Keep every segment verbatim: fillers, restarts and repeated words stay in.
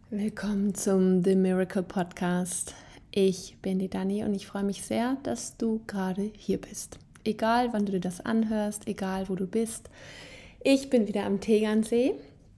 Willkommen zum The Miracle Podcast. Ich bin die Dani und ich freue mich sehr, dass du gerade hier bist. Egal, wann du dir das anhörst, egal, wo du bist. Ich bin wieder am Tegernsee.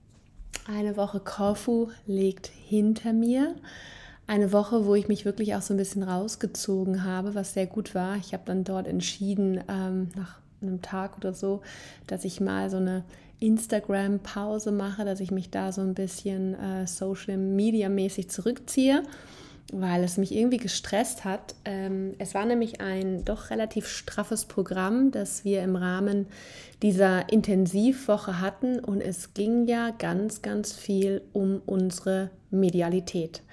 Eine Woche Korfu liegt hinter mir. Eine Woche, wo ich mich wirklich auch so ein bisschen rausgezogen habe, was sehr gut war. Ich habe dann dort entschieden, ähm, nach einem Tag oder so, dass ich mal so eine Instagram-Pause mache, dass ich mich da so ein bisschen äh, Social-Media-mäßig zurückziehe, weil es mich irgendwie gestresst hat. Ähm, es war nämlich ein doch relativ straffes Programm, das wir im Rahmen dieser Intensivwoche hatten und es ging ja ganz, ganz viel um unsere Medialität.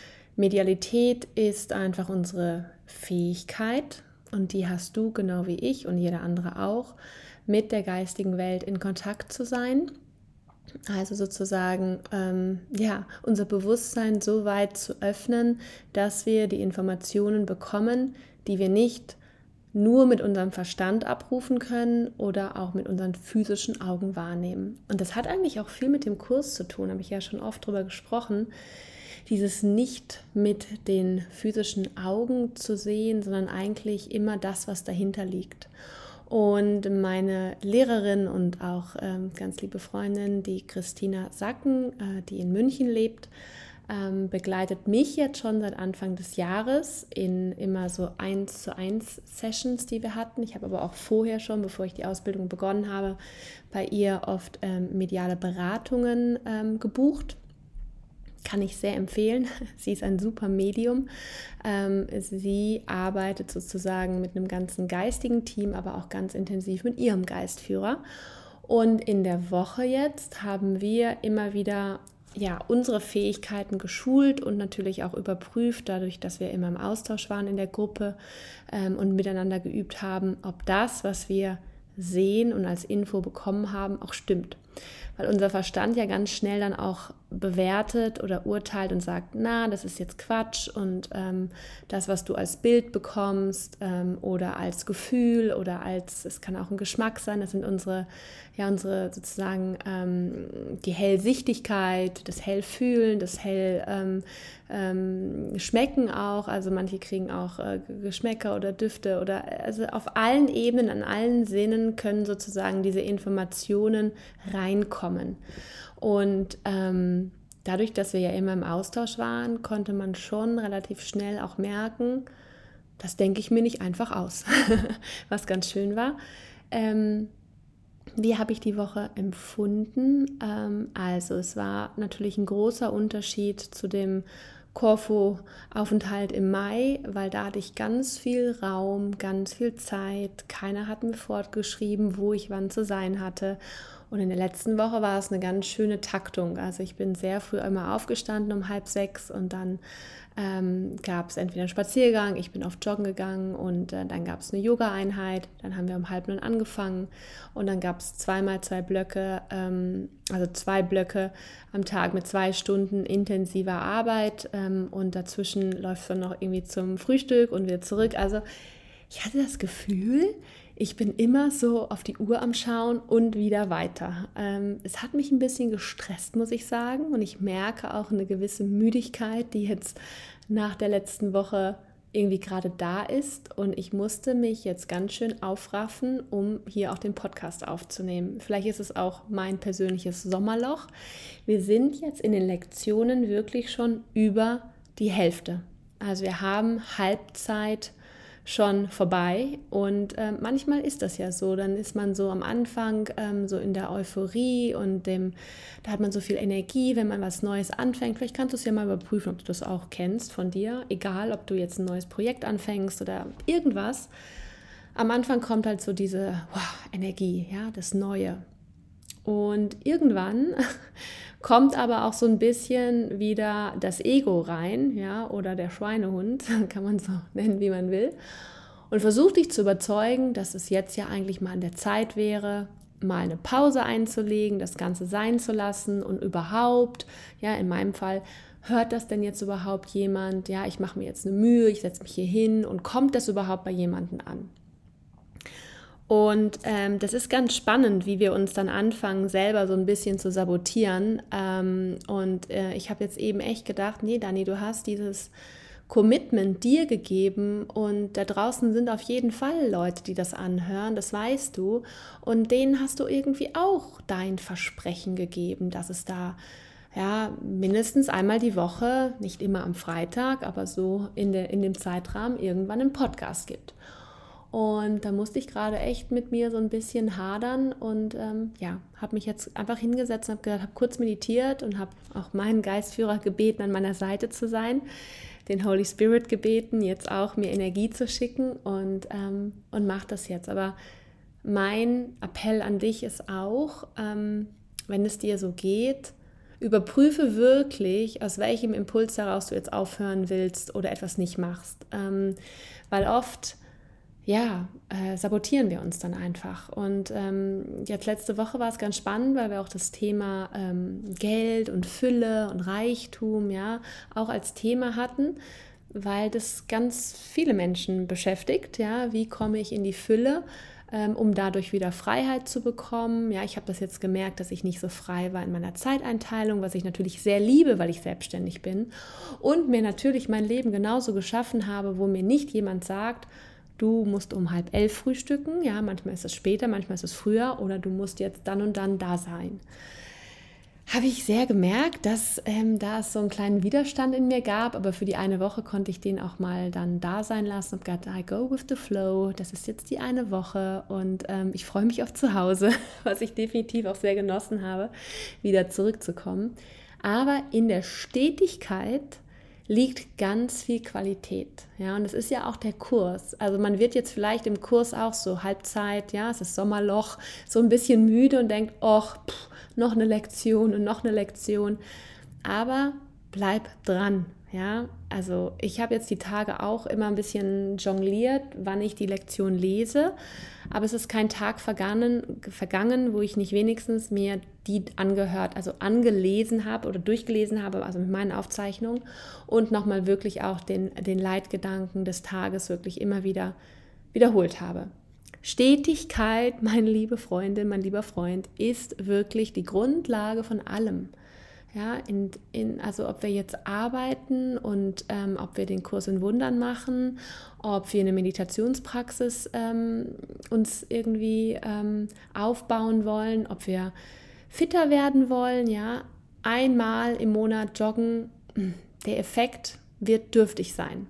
Medialität ist einfach unsere Fähigkeit und die hast du genau wie ich und jeder andere auch, mit der geistigen Welt in Kontakt zu sein. Also sozusagen ähm, ja, unser Bewusstsein so weit zu öffnen, dass wir die Informationen bekommen, die wir nicht nur mit unserem Verstand abrufen können oder auch mit unseren physischen Augen wahrnehmen. Und das hat eigentlich auch viel mit dem Kurs zu tun, habe ich ja schon oft drüber gesprochen, dieses nicht mit den physischen Augen zu sehen, sondern eigentlich immer das, was dahinter liegt. Und meine Lehrerin und auch ähm, ganz liebe Freundin, die Christina Sacken, äh, die in München lebt, ähm, begleitet mich jetzt schon seit Anfang des Jahres in immer so eins zu eins Sessions, die wir hatten. Ich habe aber auch vorher schon, bevor ich die Ausbildung begonnen habe, bei ihr oft ähm, mediale Beratungen ähm, gebucht. Kann ich sehr empfehlen. Sie ist ein super Medium. Ähm, sie arbeitet sozusagen mit einem ganzen geistigen Team, aber auch ganz intensiv mit ihrem Geistführer. Und in der Woche jetzt haben wir immer wieder ja, unsere Fähigkeiten geschult und natürlich auch überprüft, dadurch, dass wir immer im Austausch waren in der Gruppe ähm, und miteinander geübt haben, ob das, was wir sehen und als Info bekommen haben, auch stimmt. Weil unser Verstand ja ganz schnell dann auch bewertet oder urteilt und sagt, na, das ist jetzt Quatsch und ähm, das, was du als Bild bekommst ähm, oder als Gefühl oder als, es kann auch ein Geschmack sein, das sind unsere, ja, unsere sozusagen ähm, die Hellsichtigkeit, das Hellfühlen, das Hell ähm, ähm, Schmecken auch, also manche kriegen auch äh, Geschmäcker oder Düfte oder also auf allen Ebenen, an allen Sinnen können sozusagen diese Informationen reinkommen. Und ähm, dadurch, dass wir ja immer im Austausch waren, konnte man schon relativ schnell auch merken, das denke ich mir nicht einfach aus, was ganz schön war. Ähm, wie habe ich die Woche empfunden? Ähm, also es war natürlich ein großer Unterschied zu dem Korfu-Aufenthalt im Mai, weil da hatte ich ganz viel Raum, ganz viel Zeit. Keiner hat mir fortgeschrieben, wo ich wann zu sein hatte. Und in der letzten Woche war es eine ganz schöne Taktung. Also ich bin sehr früh immer aufgestanden um halb sechs und dann ähm, gab es entweder einen Spaziergang, ich bin auf Joggen gegangen und äh, dann gab es eine Yoga-Einheit, dann haben wir um halb neun angefangen und dann gab es zweimal zwei Blöcke, ähm, also zwei Blöcke am Tag mit zwei Stunden intensiver Arbeit ähm, und dazwischen läuft es dann noch irgendwie zum Frühstück und wieder zurück. Also ich hatte das Gefühl, ich bin immer so auf die Uhr am Schauen und wieder weiter. Ähm, es hat mich ein bisschen gestresst, muss ich sagen. Und ich merke auch eine gewisse Müdigkeit, die jetzt nach der letzten Woche irgendwie gerade da ist. Und ich musste mich jetzt ganz schön aufraffen, um hier auch den Podcast aufzunehmen. Vielleicht ist es auch mein persönliches Sommerloch. Wir sind jetzt in den Lektionen wirklich schon über die Hälfte. Also wir haben Halbzeit schon vorbei und äh, manchmal ist das ja so, dann ist man so am Anfang ähm, so in der Euphorie und dem, da hat man so viel Energie, wenn man was Neues anfängt. Vielleicht kannst du es ja mal überprüfen, ob du das auch kennst von dir, egal ob du jetzt ein neues Projekt anfängst oder irgendwas. Am Anfang kommt halt so diese wow, Energie, ja, das Neue. Und irgendwann kommt aber auch so ein bisschen wieder das Ego rein, ja, oder der Schweinehund, kann man so nennen, wie man will, und versucht dich zu überzeugen, dass es jetzt ja eigentlich mal an der Zeit wäre, mal eine Pause einzulegen, das Ganze sein zu lassen und überhaupt, ja, in meinem Fall, hört das denn jetzt überhaupt jemand? Ja, ich mache mir jetzt eine Mühe, ich setze mich hier hin und kommt das überhaupt bei jemandem an? Und ähm, das ist ganz spannend, wie wir uns dann anfangen, selber so ein bisschen zu sabotieren. Ähm, und äh, ich habe jetzt eben echt gedacht, nee, Dani, du hast dieses Commitment dir gegeben und da draußen sind auf jeden Fall Leute, die das anhören, das weißt du. Und denen hast du irgendwie auch dein Versprechen gegeben, dass es da ja mindestens einmal die Woche, nicht immer am Freitag, aber so in, der, in dem Zeitrahmen irgendwann einen Podcast gibt. Und da musste ich gerade echt mit mir so ein bisschen hadern und ähm, ja, habe mich jetzt einfach hingesetzt und habe gedacht, habe kurz meditiert und habe auch meinen Geistführer gebeten, an meiner Seite zu sein, den Holy Spirit gebeten, jetzt auch mir Energie zu schicken und, ähm, und mache das jetzt. Aber mein Appell an dich ist auch, ähm, wenn es dir so geht, überprüfe wirklich, aus welchem Impuls heraus du jetzt aufhören willst oder etwas nicht machst. Ähm, weil oft ja, äh, sabotieren wir uns dann einfach. Und ähm, jetzt letzte Woche war es ganz spannend, weil wir auch das Thema ähm, Geld und Fülle und Reichtum ja auch als Thema hatten, weil das ganz viele Menschen beschäftigt. Ja, wie komme ich in die Fülle, ähm, um dadurch wieder Freiheit zu bekommen? Ja, ich habe das jetzt gemerkt, dass ich nicht so frei war in meiner Zeiteinteilung, was ich natürlich sehr liebe, weil ich selbstständig bin und mir natürlich mein Leben genauso geschaffen habe, wo mir nicht jemand sagt, du musst um halb elf frühstücken, ja, manchmal ist es später, manchmal ist es früher oder du musst jetzt dann und dann da sein. Habe ich sehr gemerkt, dass ähm, da es so einen kleinen Widerstand in mir gab, aber für die eine Woche konnte ich den auch mal dann da sein lassen und gesagt, I go with the flow, das ist jetzt die eine Woche und ähm, ich freue mich auf zu Hause, was ich definitiv auch sehr genossen habe, wieder zurückzukommen. Aber in der Stetigkeit liegt ganz viel Qualität. Ja, und das ist ja auch der Kurs. Also man wird jetzt vielleicht im Kurs auch so Halbzeit, ja, es ist Sommerloch, so ein bisschen müde und denkt, ach, pff, noch eine Lektion und noch eine Lektion. Aber bleib dran. Ja, also ich habe jetzt die Tage auch immer ein bisschen jongliert, wann ich die Lektion lese. Aber es ist kein Tag vergangen, vergangen, wo ich nicht wenigstens mir die angehört, also angelesen habe oder durchgelesen habe, also mit meinen Aufzeichnungen und nochmal wirklich auch den, den Leitgedanken des Tages wirklich immer wieder wiederholt habe. Stetigkeit, meine liebe Freundin, mein lieber Freund, ist wirklich die Grundlage von allem. Ja, in, in, also ob wir jetzt arbeiten und ähm, ob wir den Kurs in Wundern machen, ob wir eine Meditationspraxis ähm, uns irgendwie ähm, aufbauen wollen, ob wir fitter werden wollen, ja, einmal im Monat joggen, der Effekt wird dürftig sein.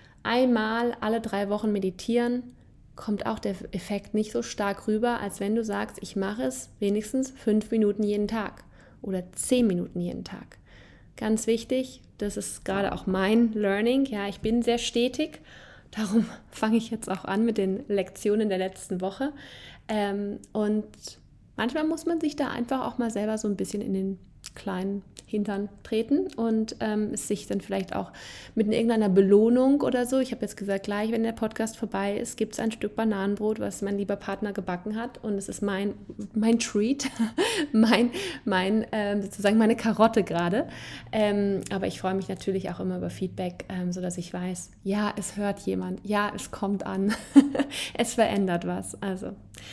Einmal alle drei Wochen meditieren, kommt auch der Effekt nicht so stark rüber, als wenn du sagst, ich mache es wenigstens fünf Minuten jeden Tag oder zehn Minuten jeden Tag. Ganz wichtig, das ist gerade auch mein Learning, ja, ich bin sehr stetig, darum fange ich jetzt auch an mit den Lektionen der letzten Woche ähm, und manchmal muss man sich da einfach auch mal selber so ein bisschen in den kleinen Hintern treten und ähm, es sich dann vielleicht auch mit irgendeiner Belohnung oder so, ich habe jetzt gesagt, gleich, wenn der Podcast vorbei ist, gibt es ein Stück Bananenbrot, was mein lieber Partner gebacken hat und es ist mein, mein Treat, mein, mein ähm, sozusagen meine Karotte gerade. Ähm, aber ich freue mich natürlich auch immer über Feedback, ähm, sodass ich weiß, ja, es hört jemand, ja, es kommt an, es verändert was. Also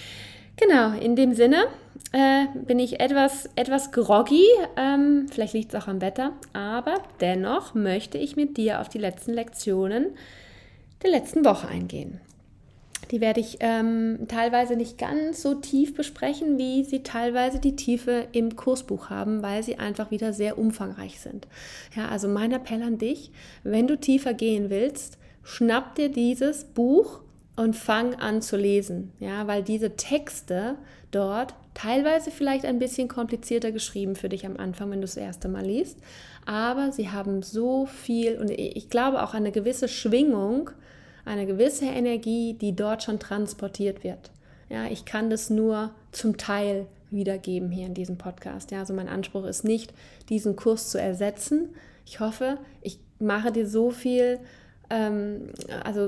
genau, in dem Sinne äh, bin ich etwas, etwas groggy, ähm, vielleicht liegt es auch am Wetter, aber dennoch möchte ich mit dir auf die letzten Lektionen der letzten Woche eingehen. Die werde ich ähm, teilweise nicht ganz so tief besprechen, wie sie teilweise die Tiefe im Kursbuch haben, weil sie einfach wieder sehr umfangreich sind. Ja, also mein Appell an dich, wenn du tiefer gehen willst, schnapp dir dieses Buch und fang an zu lesen, ja, weil diese Texte dort teilweise vielleicht ein bisschen komplizierter geschrieben für dich am Anfang, wenn du das erste Mal liest, aber sie haben so viel und ich glaube auch eine gewisse Schwingung, eine gewisse Energie, die dort schon transportiert wird. Ja, ich kann das nur zum Teil wiedergeben hier in diesem Podcast. Ja, also mein Anspruch ist nicht, diesen Kurs zu ersetzen. Ich hoffe, ich mache dir so viel, ähm, also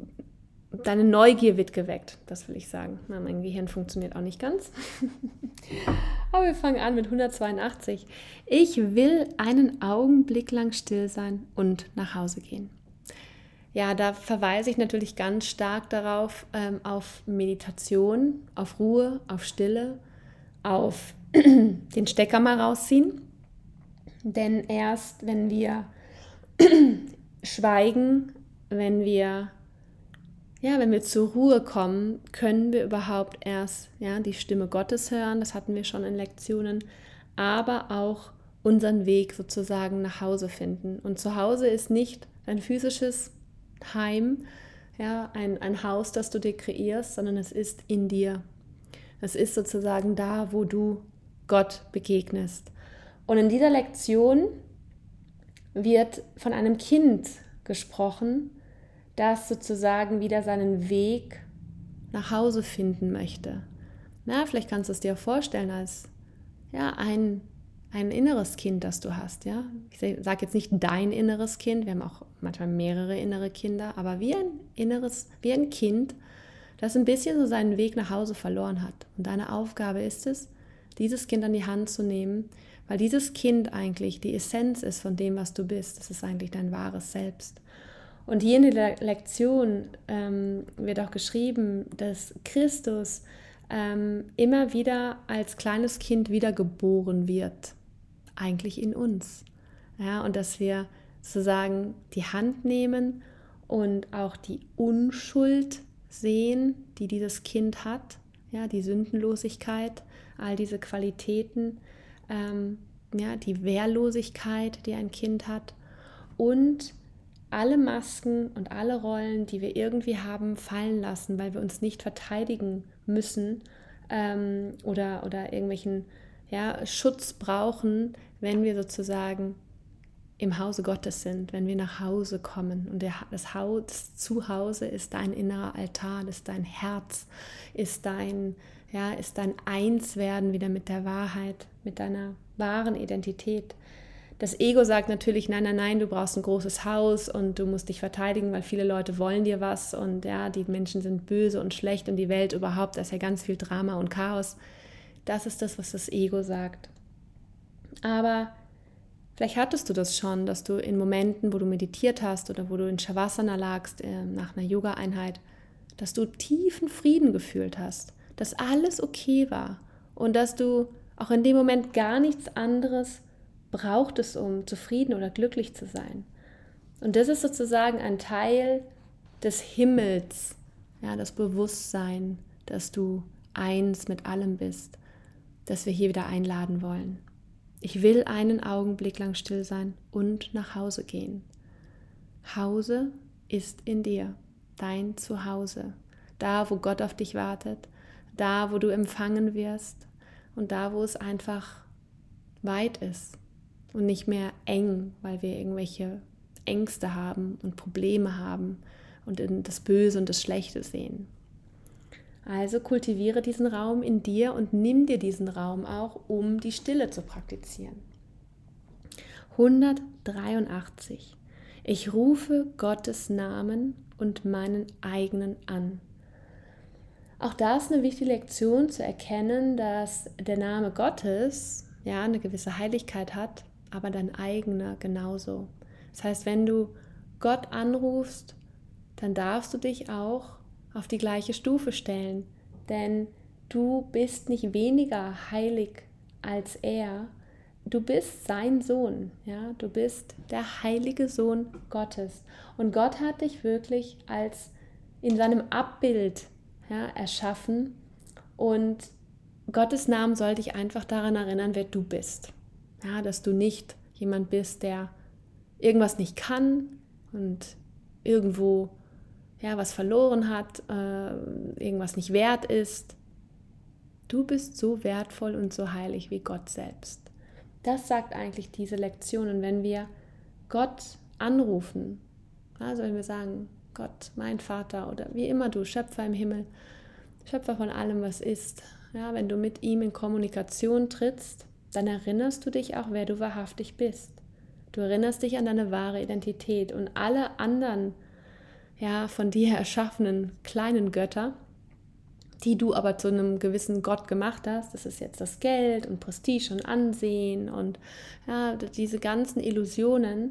deine Neugier wird geweckt, das will ich sagen. Na, mein Gehirn funktioniert auch nicht ganz. Aber wir fangen an mit hundertzweiundachtzig. Ich will einen Augenblick lang still sein und nach Hause gehen. ja, da verweise ich natürlich ganz stark darauf, ähm, auf Meditation, auf Ruhe, auf Stille, auf den Stecker mal rausziehen. Denn erst wenn wir schweigen, wenn wir, ja, wenn wir zur Ruhe kommen, können wir überhaupt erst ja, die Stimme Gottes hören, das hatten wir schon in Lektionen, aber auch unseren Weg sozusagen nach Hause finden. Und zu Hause ist nicht ein physisches Heim, ja, ein, ein Haus, das du dir kreierst, sondern es ist in dir. Es ist sozusagen da, wo du Gott begegnest. Und in dieser Lektion wird von einem Kind gesprochen, das sozusagen wieder seinen Weg nach Hause finden möchte. Na, vielleicht kannst du es dir vorstellen als ja, ein, ein inneres Kind, das du hast. Ja? Ich sage jetzt nicht dein inneres Kind, wir haben auch manchmal mehrere innere Kinder, aber wie ein inneres, wie ein Kind, das ein bisschen so seinen Weg nach Hause verloren hat. Und deine Aufgabe ist es, dieses Kind an die Hand zu nehmen, weil dieses Kind eigentlich die Essenz ist von dem, was du bist. Das ist eigentlich dein wahres Selbst. Und hier in der Lektion ähm, wird auch geschrieben, dass Christus ähm, immer wieder als kleines Kind wiedergeboren wird, eigentlich in uns. Ja, und dass wir sozusagen die Hand nehmen und auch die Unschuld sehen, die dieses Kind hat, ja, die Sündenlosigkeit, all diese Qualitäten, ähm, ja, die Wehrlosigkeit, die ein Kind hat und alle Masken und alle Rollen, die wir irgendwie haben, fallen lassen, weil wir uns nicht verteidigen müssen ähm, oder, oder irgendwelchen ja, Schutz brauchen, wenn wir sozusagen im Hause Gottes sind, wenn wir nach Hause kommen. Und der, das, Haus, das Zuhause ist dein innerer Altar, ist dein Herz, ist dein, ja, ist dein Einswerden wieder mit der Wahrheit, mit deiner wahren Identität. Das Ego sagt natürlich, nein, nein, nein, du brauchst ein großes Haus und du musst dich verteidigen, weil viele Leute wollen dir was und ja, die Menschen sind böse und schlecht und die Welt überhaupt, da ist ja ganz viel Drama und Chaos. Das ist das, was das Ego sagt. Aber vielleicht hattest du das schon, dass du in Momenten, wo du meditiert hast oder wo du in Shavasana lagst, äh, nach einer Yoga-Einheit, dass du tiefen Frieden gefühlt hast, dass alles okay war und dass du auch in dem Moment gar nichts anderes braucht es, um zufrieden oder glücklich zu sein. Und das ist sozusagen ein Teil des Himmels, ja, das Bewusstsein, dass du eins mit allem bist, das wir hier wieder einladen wollen. Ich will einen Augenblick lang still sein und nach Hause gehen. Hause ist in dir, dein Zuhause, da, wo Gott auf dich wartet, da, wo du empfangen wirst und da, wo es einfach weit ist. Und nicht mehr eng, weil wir irgendwelche Ängste haben und Probleme haben und in das Böse und das Schlechte sehen. Also kultiviere diesen Raum in dir und nimm dir diesen Raum auch, um die Stille zu praktizieren. hundertdreiundachtzig. Ich rufe Gottes Namen und meinen eigenen an. Auch da ist eine wichtige Lektion zu erkennen, dass der Name Gottes ja eine gewisse Heiligkeit hat, aber dein eigener genauso. Das heißt, wenn du Gott anrufst, dann darfst du dich auch auf die gleiche Stufe stellen, denn du bist nicht weniger heilig als er. Du bist sein Sohn, ja, du bist der heilige Sohn Gottes und Gott hat dich wirklich als in seinem Abbild ja, erschaffen und Gottes Namen soll dich einfach daran erinnern, wer du bist. Ja, dass du nicht jemand bist, der irgendwas nicht kann und irgendwo ja, was verloren hat, äh, irgendwas nicht wert ist. Du bist so wertvoll und so heilig wie Gott selbst. Das sagt eigentlich diese Lektion. Und wenn wir Gott anrufen, also wenn wir sagen, Gott, mein Vater oder wie immer du, Schöpfer im Himmel, Schöpfer von allem, was ist, ja, wenn du mit ihm in Kommunikation trittst, dann erinnerst du dich auch, wer du wahrhaftig bist. Du erinnerst dich an deine wahre Identität und alle anderen ja, von dir erschaffenen kleinen Götter, die du aber zu einem gewissen Gott gemacht hast, das ist jetzt das Geld und Prestige und Ansehen und ja, diese ganzen Illusionen,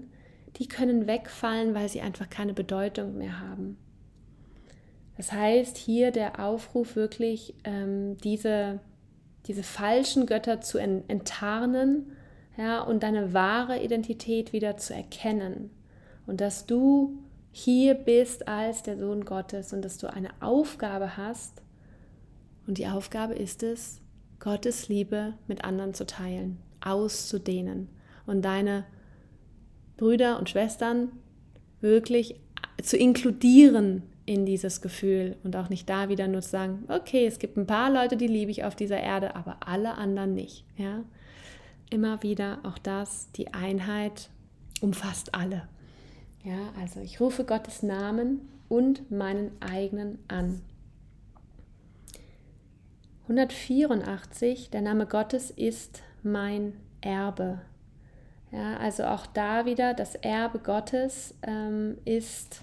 die können wegfallen, weil sie einfach keine Bedeutung mehr haben. Das heißt, hier der Aufruf wirklich, ähm, diese, diese falschen Götter zu enttarnen, ja, und deine wahre Identität wieder zu erkennen. Und dass du hier bist als der Sohn Gottes und dass du eine Aufgabe hast. Und die Aufgabe ist es, Gottes Liebe mit anderen zu teilen, auszudehnen und deine Brüder und Schwestern wirklich zu inkludieren in dieses Gefühl und auch nicht da wieder nur zu sagen, okay, es gibt ein paar Leute, die liebe ich auf dieser Erde, aber alle anderen nicht. Ja? Immer wieder auch das, die Einheit umfasst alle. Ja, also ich rufe Gottes Namen und meinen eigenen an. hundertvierundachtzig, der Name Gottes ist mein Erbe. Ja, also auch da wieder, das Erbe Gottes ähm, ist,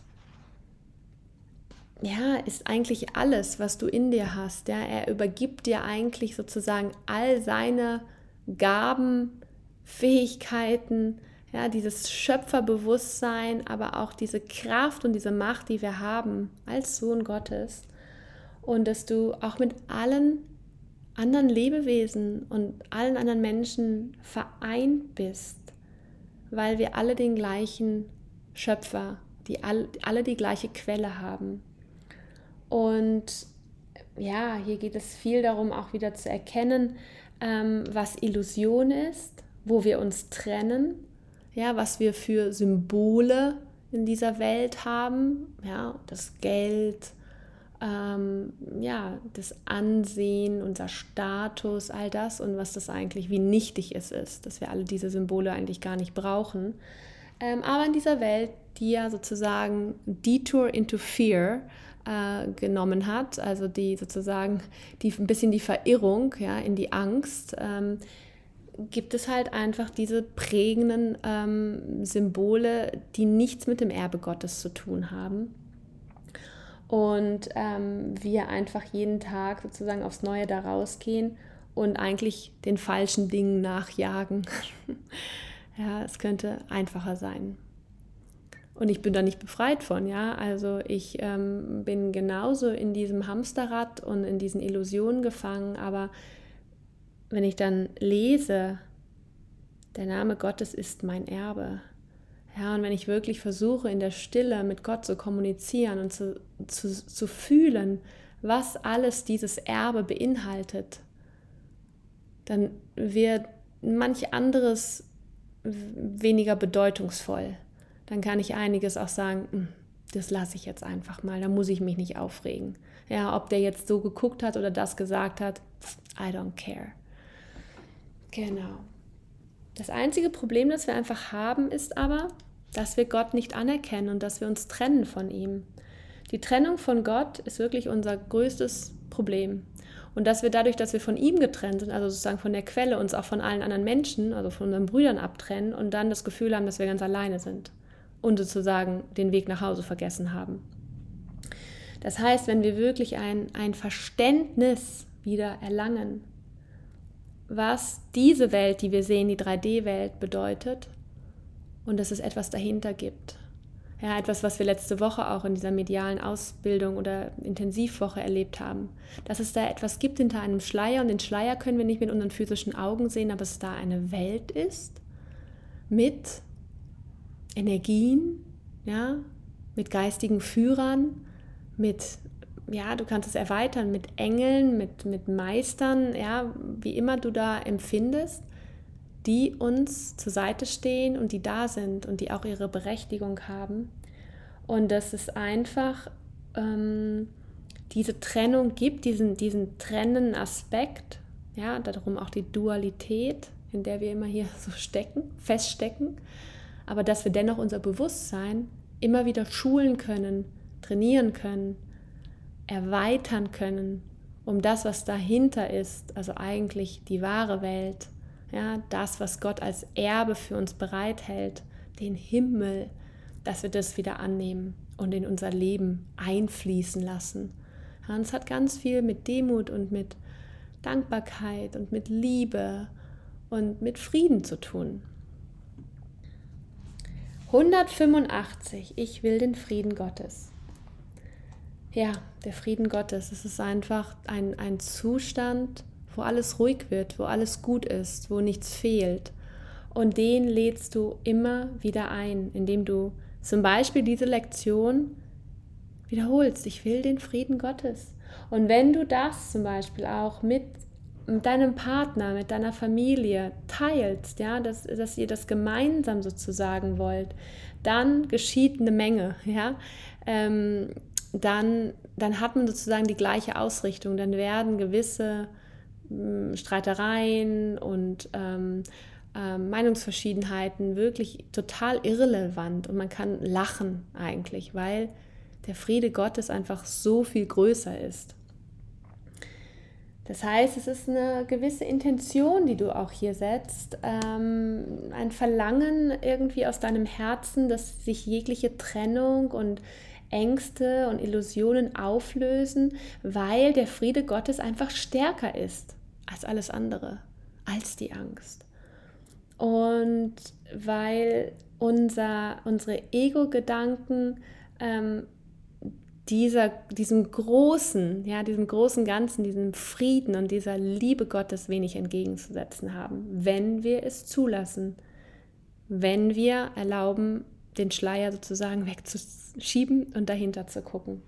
ja, ist eigentlich alles, was du in dir hast. Ja? Er übergibt dir eigentlich sozusagen all seine Gaben, Fähigkeiten, ja, dieses Schöpferbewusstsein, aber auch diese Kraft und diese Macht, die wir haben als Sohn Gottes. Und dass du auch mit allen anderen Lebewesen und allen anderen Menschen vereint bist, weil wir alle den gleichen Schöpfer, die all, alle die gleiche Quelle haben. Und ja, hier geht es viel darum, auch wieder zu erkennen, ähm, was Illusion ist, wo wir uns trennen, ja, was wir für Symbole in dieser Welt haben, ja, das Geld, ähm, ja, das Ansehen, unser Status, all das und was das eigentlich, wie nichtig es ist, dass wir alle diese Symbole eigentlich gar nicht brauchen. Ähm, aber in dieser Welt, die ja sozusagen Detour into Fear äh, genommen hat, also die sozusagen die, ein bisschen die Verirrung, ja, in die Angst, ähm, gibt es halt einfach diese prägenden ähm, Symbole, die nichts mit dem Erbe Gottes zu tun haben. Und ähm, wir einfach jeden Tag sozusagen aufs Neue da rausgehen und eigentlich den falschen Dingen nachjagen. Ja, es könnte einfacher sein. Und ich bin da nicht befreit von, ja. Also ich ähm, bin genauso in diesem Hamsterrad und in diesen Illusionen gefangen, aber wenn ich dann lese, der Name Gottes ist mein Erbe. Ja, und wenn ich wirklich versuche, in der Stille mit Gott zu kommunizieren und zu, zu, zu fühlen, was alles dieses Erbe beinhaltet, dann wird manch anderes weniger bedeutungsvoll. Dann kann ich einiges auch sagen, das lasse ich jetzt einfach mal, da muss ich mich nicht aufregen. Ja, ob der jetzt so geguckt hat oder das gesagt hat, I don't care. Genau. Das einzige Problem, das wir einfach haben, ist aber, dass wir Gott nicht anerkennen und dass wir uns trennen von ihm. Die Trennung von Gott ist wirklich unser größtes Problem. Und dass wir dadurch, dass wir von ihm getrennt sind, also sozusagen von der Quelle, uns auch von allen anderen Menschen, also von unseren Brüdern abtrennen und dann das Gefühl haben, dass wir ganz alleine sind und sozusagen den Weg nach Hause vergessen haben. Das heißt, wenn wir wirklich ein, ein Verständnis wieder erlangen, was diese Welt, die wir sehen, die drei D-Welt bedeutet und dass es etwas dahinter gibt. Ja, etwas, was wir letzte Woche auch in dieser medialen Ausbildung oder Intensivwoche erlebt haben. Dass es da etwas gibt hinter einem Schleier und den Schleier können wir nicht mit unseren physischen Augen sehen, aber es da eine Welt ist mit Energien, ja, mit geistigen Führern, mit, ja, du kannst es erweitern, mit Engeln, mit, mit Meistern, ja, wie immer du da empfindest, die uns zur Seite stehen und die da sind und die auch ihre Berechtigung haben. Und dass es einfach ähm, diese Trennung gibt, diesen, diesen trennenden Aspekt, ja, darum auch die Dualität, in der wir immer hier so stecken, feststecken, aber dass wir dennoch unser Bewusstsein immer wieder schulen können, trainieren können, erweitern können, um das, was dahinter ist, also eigentlich die wahre Welt, ja, das, was Gott als Erbe für uns bereithält, den Himmel, dass wir das wieder annehmen und in unser Leben einfließen lassen. Ja, und es hat ganz viel mit Demut und mit Dankbarkeit und mit Liebe und mit Frieden zu tun. hundertfünfundachtzig. Ich will den Frieden Gottes. Ja, der Frieden Gottes. Es ist einfach ein, ein Zustand, wo alles ruhig wird, wo alles gut ist, wo nichts fehlt. Und den lädst du immer wieder ein, indem du zum Beispiel diese Lektion wiederholst. Ich will den Frieden Gottes. Und wenn du das zum Beispiel auch mit deinem Partner, mit deiner Familie teilst, ja, dass, dass ihr das gemeinsam sozusagen wollt, dann geschieht eine Menge, ja, ähm, dann, dann hat man sozusagen die gleiche Ausrichtung, dann werden gewisse ähm, Streitereien und ähm, ähm, Meinungsverschiedenheiten wirklich total irrelevant und man kann lachen eigentlich, weil der Friede Gottes einfach so viel größer ist. Das heißt, es ist eine gewisse Intention, die du auch hier setzt, ähm, ein Verlangen irgendwie aus deinem Herzen, dass sich jegliche Trennung und Ängste und Illusionen auflösen, weil der Friede Gottes einfach stärker ist als alles andere, als die Angst. Und weil unser, unsere Ego-Gedanken ähm, Dieser, diesem großen, ja, diesem großen Ganzen, diesem Frieden und dieser Liebe Gottes wenig entgegenzusetzen haben, wenn wir es zulassen, wenn wir erlauben, den Schleier sozusagen wegzuschieben und dahinter zu gucken.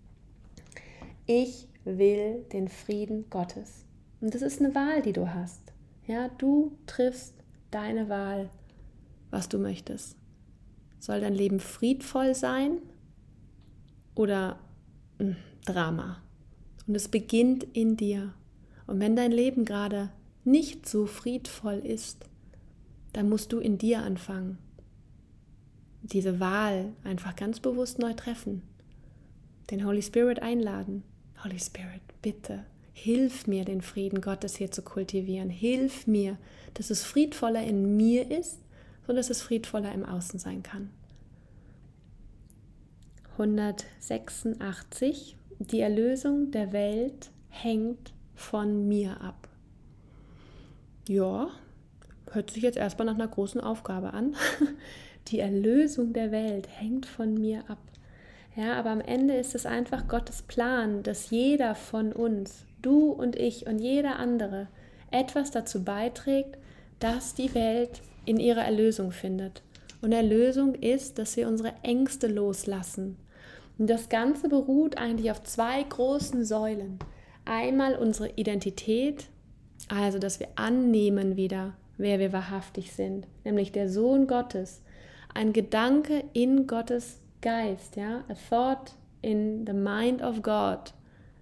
Ich will den Frieden Gottes. Und das ist eine Wahl, die du hast. Ja, du triffst deine Wahl, was du möchtest. Soll dein Leben friedvoll sein? Oder mh, Drama. Und es beginnt in dir. Und wenn dein Leben gerade nicht so friedvoll ist, dann musst du in dir anfangen. Diese Wahl einfach ganz bewusst neu treffen. Den Holy Spirit einladen. Holy Spirit, bitte, hilf mir, den Frieden Gottes hier zu kultivieren. Hilf mir, dass es friedvoller in mir ist, so dass es friedvoller im Außen sein kann. hundertsechsundachtzig. Die Erlösung der Welt hängt von mir ab. Ja, hört sich jetzt erstmal nach einer großen Aufgabe an. Die Erlösung der Welt hängt von mir ab. Ja, aber am Ende ist es einfach Gottes Plan, dass jeder von uns, du und ich und jeder andere, etwas dazu beiträgt, dass die Welt in ihrer Erlösung findet. Und Erlösung ist, dass wir unsere Ängste loslassen. Und das Ganze beruht eigentlich auf zwei großen Säulen. Einmal unsere Identität, also dass wir annehmen wieder, wer wir wahrhaftig sind, nämlich der Sohn Gottes, ein Gedanke in Gottes Geist, ja, a thought in the mind of God.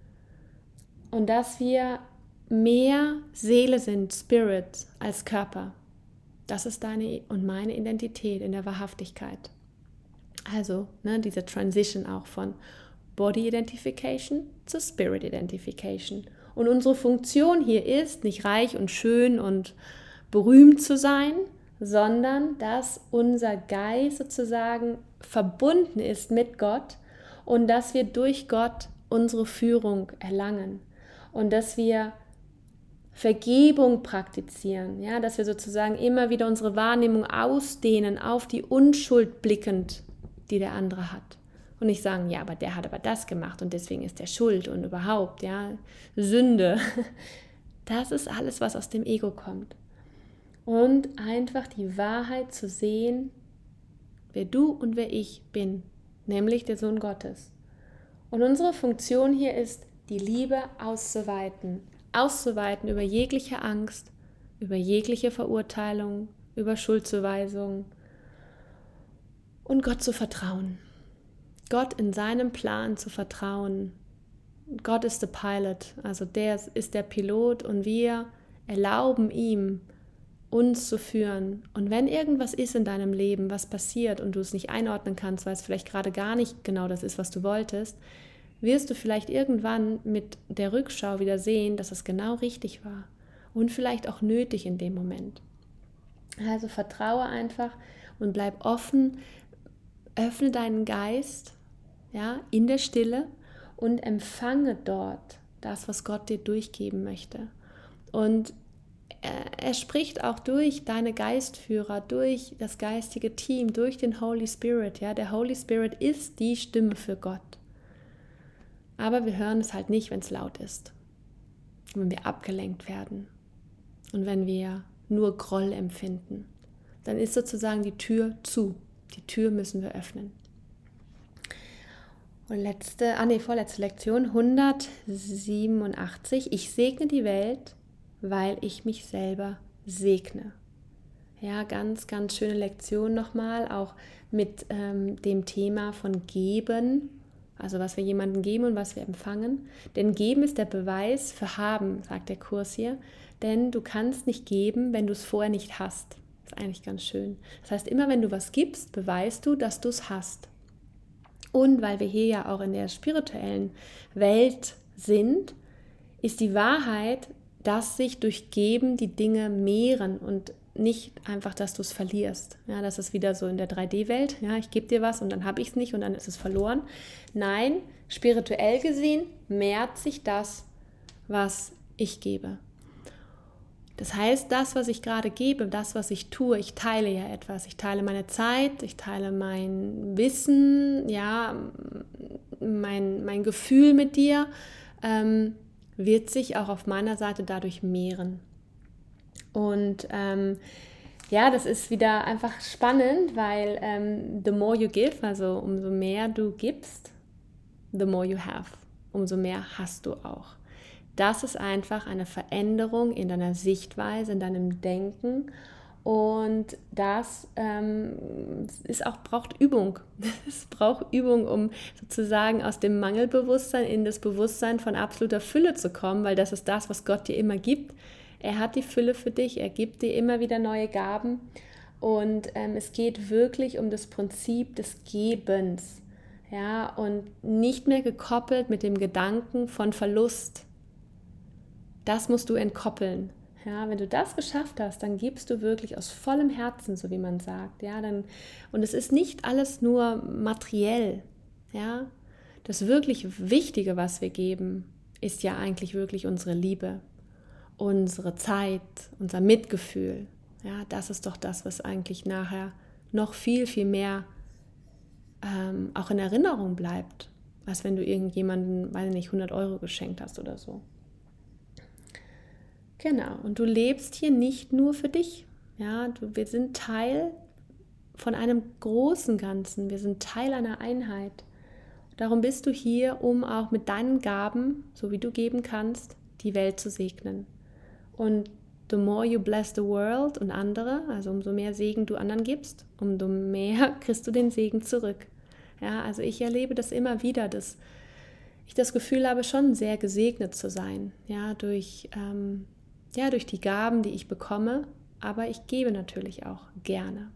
Und dass wir mehr Seele sind, Spirit, als Körper. Das ist deine und meine Identität in der Wahrhaftigkeit. Also ne, diese Transition auch von Body Identification zu Spirit Identification. Und unsere Funktion hier ist, nicht reich und schön und berühmt zu sein, sondern dass unser Geist sozusagen verbunden ist mit Gott und dass wir durch Gott unsere Führung erlangen und dass wir Vergebung praktizieren, ja, dass wir sozusagen immer wieder unsere Wahrnehmung ausdehnen, auf die Unschuld blickend, die der andere hat. Und nicht sagen, ja, aber der hat aber das gemacht und deswegen ist der schuld und überhaupt, ja, Sünde. Das ist alles, was aus dem Ego kommt. Und einfach die Wahrheit zu sehen, wer du und wer ich bin, nämlich der Sohn Gottes. Und unsere Funktion hier ist, die Liebe auszuweiten, auszuweiten über jegliche Angst, über jegliche Verurteilung, über Schuldzuweisung und Gott zu vertrauen. Gott in seinem Plan zu vertrauen. Gott ist der Pilot, also der ist der Pilot und wir erlauben ihm, uns zu führen. Und wenn irgendwas ist in deinem Leben, was passiert und du es nicht einordnen kannst, weil es vielleicht gerade gar nicht genau das ist, was du wolltest, wirst du vielleicht irgendwann mit der Rückschau wieder sehen, dass es genau richtig war und vielleicht auch nötig in dem Moment. Also vertraue einfach und bleib offen, öffne deinen Geist, ja, in der Stille und empfange dort das, was Gott dir durchgeben möchte. Und er, er spricht auch durch deine Geistführer, durch das geistige Team, durch den Holy Spirit. Ja? Der Holy Spirit ist die Stimme für Gott. Aber wir hören es halt nicht, wenn es laut ist. Wenn wir abgelenkt werden und wenn wir nur Groll empfinden. Dann ist sozusagen die Tür zu. Die Tür müssen wir öffnen. Und letzte, ah nee, vorletzte Lektion, hundertsiebenundachtzig. Ich segne die Welt, weil ich mich selber segne. Ja, ganz, ganz schöne Lektion nochmal, auch mit ähm, dem Thema von Geben, also was wir jemandem geben und was wir empfangen. Denn Geben ist der Beweis für Haben, sagt der Kurs hier. Denn du kannst nicht geben, wenn du es vorher nicht hast. Das ist eigentlich ganz schön. Das heißt, immer wenn du was gibst, beweist du, dass du es hast. Und weil wir hier ja auch in der spirituellen Welt sind, ist die Wahrheit, dass sich durch Geben die Dinge mehren und nicht einfach, dass du es verlierst. Ja, das ist wieder so in der drei D-Welt. Ja, ich gebe dir was und dann habe ich es nicht und dann ist es verloren. Nein, spirituell gesehen mehrt sich das, was ich gebe. Das heißt, das, was ich gerade gebe, das, was ich tue, ich teile ja etwas. Ich teile meine Zeit, ich teile mein Wissen, ja, mein, mein Gefühl mit dir, ähm, wird sich auch auf meiner Seite dadurch mehren. Und ähm, ja, das ist wieder einfach spannend, weil ähm, the more you give, also umso mehr du gibst, the more you have, umso mehr hast du auch. Das ist einfach eine Veränderung in deiner Sichtweise, in deinem Denken und das ähm, ist auch, braucht Übung. Es braucht Übung, um sozusagen aus dem Mangelbewusstsein in das Bewusstsein von absoluter Fülle zu kommen, weil das ist das, was Gott dir immer gibt. Er hat die Fülle für dich, er gibt dir immer wieder neue Gaben und ähm, es geht wirklich um das Prinzip des Gebens, ja, und nicht mehr gekoppelt mit dem Gedanken von Verlust. Das musst du entkoppeln. Ja, wenn du das geschafft hast, dann gibst du wirklich aus vollem Herzen, so wie man sagt. Ja, dann, und es ist nicht alles nur materiell. Ja, das wirklich Wichtige, was wir geben, ist ja eigentlich wirklich unsere Liebe, unsere Zeit, unser Mitgefühl. Ja, das ist doch das, was eigentlich nachher noch viel, viel mehr ähm, auch in Erinnerung bleibt, als wenn du irgendjemandem, weiß nicht, hundert Euro geschenkt hast oder so. Genau, und du lebst hier nicht nur für dich. Ja, du, wir sind Teil von einem großen Ganzen, wir sind Teil einer Einheit. Darum bist du hier, um auch mit deinen Gaben, so wie du geben kannst, die Welt zu segnen. Und the more you bless the world und andere, also umso mehr Segen du anderen gibst, umso mehr kriegst du den Segen zurück. Ja, also ich erlebe das immer wieder, dass ich das Gefühl habe, schon sehr gesegnet zu sein, ja, durch, ähm, ja, durch die Gaben, die ich bekomme, aber ich gebe natürlich auch gerne.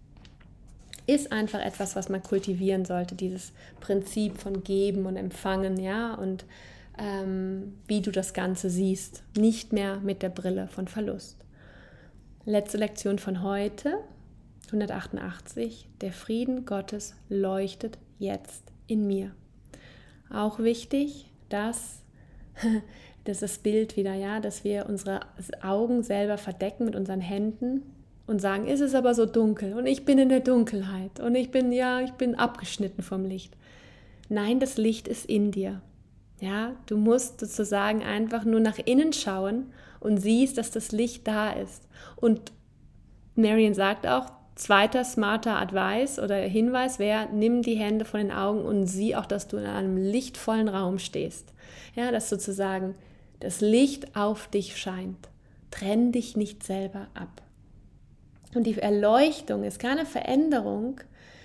Ist einfach etwas, was man kultivieren sollte, dieses Prinzip von Geben und Empfangen, ja, und ähm, wie du das Ganze siehst, nicht mehr mit der Brille von Verlust. Letzte Lektion von heute, hundertachtundachtzig, der Frieden Gottes leuchtet jetzt in mir. Auch wichtig, dass, das ist das Bild wieder, ja, dass wir unsere Augen selber verdecken mit unseren Händen und sagen, es ist aber so dunkel und ich bin in der Dunkelheit und ich bin, ja, ich bin abgeschnitten vom Licht. Nein, das Licht ist in dir. Ja, du musst sozusagen einfach nur nach innen schauen und siehst, dass das Licht da ist. Und Marian sagt auch, zweiter smarter Advice oder Hinweis wäre, nimm die Hände von den Augen und sieh auch, dass du in einem lichtvollen Raum stehst. Ja, dass sozusagen das Licht auf dich scheint. Trenn dich nicht selber ab. Und die Erleuchtung ist keine Veränderung,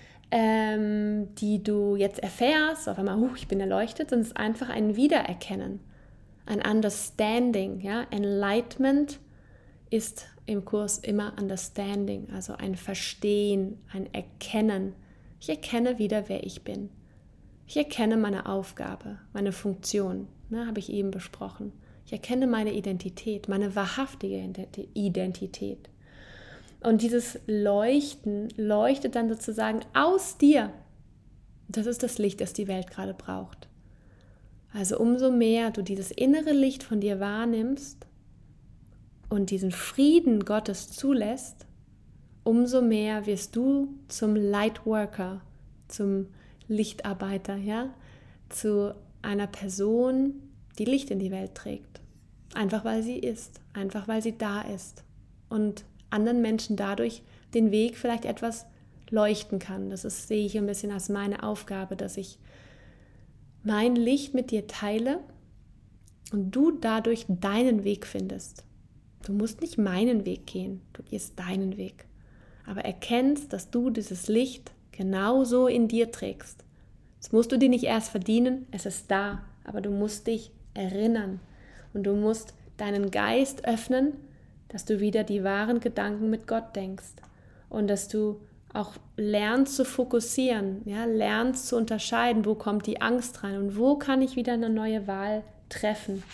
ähm, die du jetzt erfährst, auf einmal, huh, ich bin erleuchtet, sondern es ist einfach ein Wiedererkennen, ein Understanding. Ja? Enlightenment ist im Kurs immer Understanding, also ein Verstehen, ein Erkennen. Ich erkenne wieder, wer ich bin. Ich erkenne meine Aufgabe, meine Funktion, ne, habe ich eben besprochen. Ich erkenne meine Identität, meine wahrhaftige Identität. Und dieses Leuchten leuchtet dann sozusagen aus dir. Das ist das Licht, das die Welt gerade braucht. Also umso mehr du dieses innere Licht von dir wahrnimmst, und diesen Frieden Gottes zulässt, umso mehr wirst du zum Lightworker, zum Lichtarbeiter, ja, zu einer Person, die Licht in die Welt trägt. Einfach weil sie ist, einfach weil sie da ist und anderen Menschen dadurch den Weg vielleicht etwas leuchten kann. Das ist, sehe ich ein bisschen als meine Aufgabe, dass ich mein Licht mit dir teile und du dadurch deinen Weg findest. Du musst nicht meinen Weg gehen, du gehst deinen Weg. Aber erkennst, dass du dieses Licht genauso in dir trägst. Das musst du dir nicht erst verdienen, es ist da, aber du musst dich erinnern und du musst deinen Geist öffnen, dass du wieder die wahren Gedanken mit Gott denkst und dass du auch lernst zu fokussieren, ja, lernst zu unterscheiden, wo kommt die Angst rein und wo kann ich wieder eine neue Wahl treffen.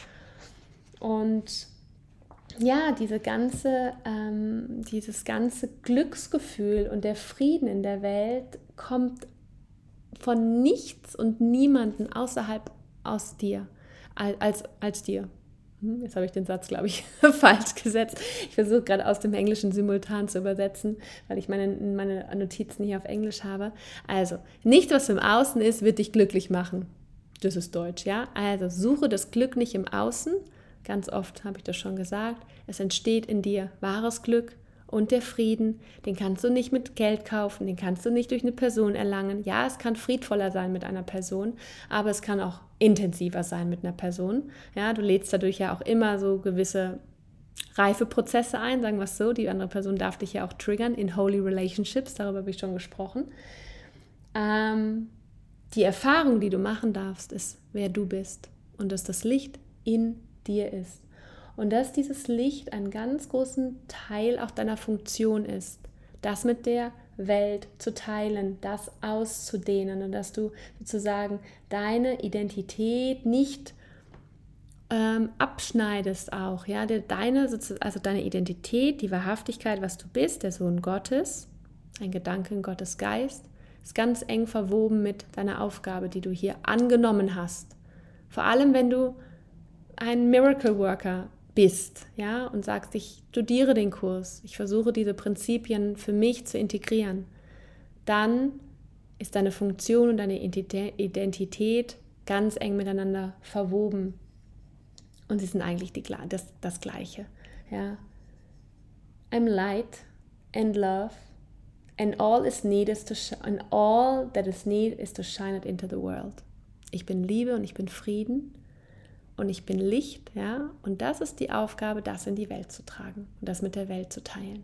Und ja, diese ganze, ähm, dieses ganze Glücksgefühl und der Frieden in der Welt kommt von nichts und niemanden außerhalb aus dir, als, als dir. Jetzt habe ich den Satz, glaube ich, falsch gesetzt. Ich versuche gerade aus dem Englischen simultan zu übersetzen, weil ich meine, meine Notizen hier auf Englisch habe. Also, nichts, was im Außen ist, wird dich glücklich machen. Das ist Deutsch, ja? Also, suche das Glück nicht im Außen. Ganz oft habe ich das schon gesagt. Es entsteht in dir wahres Glück und der Frieden. Den kannst du nicht mit Geld kaufen, den kannst du nicht durch eine Person erlangen. Ja, es kann friedvoller sein mit einer Person, aber es kann auch intensiver sein mit einer Person. Ja, du lädst dadurch ja auch immer so gewisse Reifeprozesse ein, sagen wir es so. Die andere Person darf dich ja auch triggern in Holy Relationships, darüber habe ich schon gesprochen. Ähm, die Erfahrung, die du machen darfst, ist, wer du bist und dass das Licht in dir ist. Und dass dieses Licht einen ganz großen Teil auch deiner Funktion ist, das mit der Welt zu teilen, das auszudehnen und dass du sozusagen deine Identität nicht ähm, abschneidest auch, ja, deine, also deine Identität, die Wahrhaftigkeit, was du bist, der Sohn Gottes, ein Gedanke in Gottes Geist, ist ganz eng verwoben mit deiner Aufgabe, die du hier angenommen hast. Vor allem, wenn du ein Miracle Worker bist, ja, und sagst, ich studiere den Kurs, ich versuche diese Prinzipien für mich zu integrieren, dann ist deine Funktion und deine Identität ganz eng miteinander verwoben und sie sind eigentlich die, das, das Gleiche. Ja. I'm light and love and all is need is to sh- and all that is need is to shine it into the world. Ich bin Liebe und ich bin Frieden. Und ich bin Licht, ja, und das ist die Aufgabe, das in die Welt zu tragen und das mit der Welt zu teilen.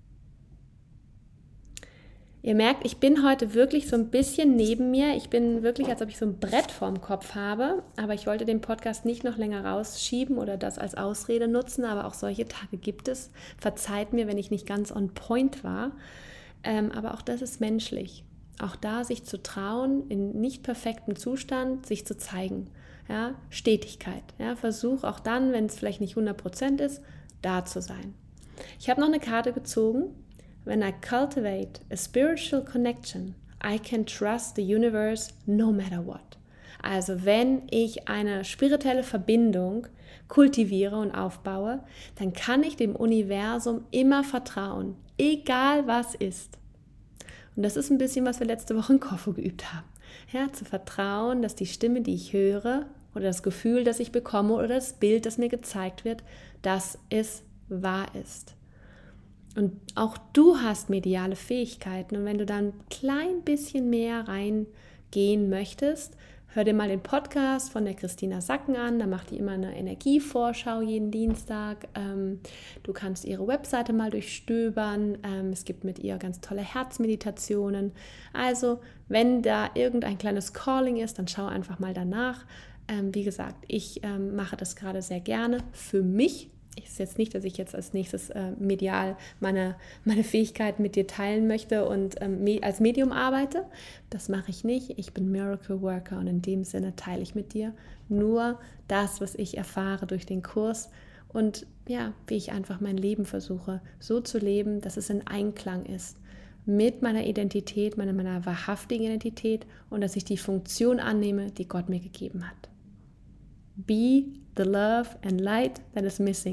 Ihr merkt, ich bin heute wirklich so ein bisschen neben mir. Ich bin wirklich, als ob ich so ein Brett vorm Kopf habe, aber ich wollte den Podcast nicht noch länger rausschieben oder das als Ausrede nutzen, aber auch solche Tage gibt es. Verzeiht mir, wenn ich nicht ganz on point war, ähm, aber auch das ist menschlich. Auch da sich zu trauen, in nicht perfektem Zustand sich zu zeigen. Ja, Stetigkeit. Ja, versuch auch dann, wenn es vielleicht nicht hundert Prozent ist, da zu sein. Ich habe noch eine Karte gezogen. When I cultivate a spiritual connection, I can trust the universe no matter what. Also wenn ich eine spirituelle Verbindung kultiviere und aufbaue, dann kann ich dem Universum immer vertrauen, egal was ist. Und das ist ein bisschen, was wir letzte Woche in Kofo geübt haben. Ja, zu vertrauen, dass die Stimme, die ich höre, oder das Gefühl, das ich bekomme, oder das Bild, das mir gezeigt wird, dass es wahr ist. Und auch du hast mediale Fähigkeiten. Und wenn du da ein klein bisschen mehr reingehen möchtest, hör dir mal den Podcast von der Christina Sacken an. Da macht die immer eine Energievorschau jeden Dienstag. Du kannst ihre Webseite mal durchstöbern. Es gibt mit ihr ganz tolle Herzmeditationen. Also, wenn da irgendein kleines Calling ist, dann schau einfach mal danach. Wie gesagt, ich mache das gerade sehr gerne für mich. Es ist jetzt nicht, dass ich jetzt als nächstes äh, medial meine, meine Fähigkeiten mit dir teilen möchte und ähm, me- als Medium arbeite. Das mache ich nicht. Ich bin Miracle Worker und in dem Sinne teile ich mit dir nur das, was ich erfahre durch den Kurs und ja, wie ich einfach mein Leben versuche, so zu leben, dass es in Einklang ist mit meiner Identität, meiner, meiner wahrhaftigen Identität und dass ich die Funktion annehme, die Gott mir gegeben hat. Be the love and light that is missing.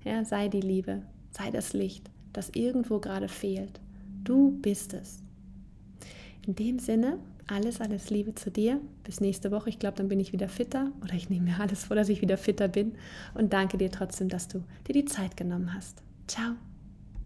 Ja, sei die Liebe, sei das Licht, das irgendwo gerade fehlt. Du bist es. In dem Sinne, alles, alles Liebe zu dir. Bis nächste Woche. Ich glaube, dann bin ich wieder fitter. Oder ich nehme mir alles vor, dass ich wieder fitter bin. Und danke dir trotzdem, dass du dir die Zeit genommen hast. Ciao.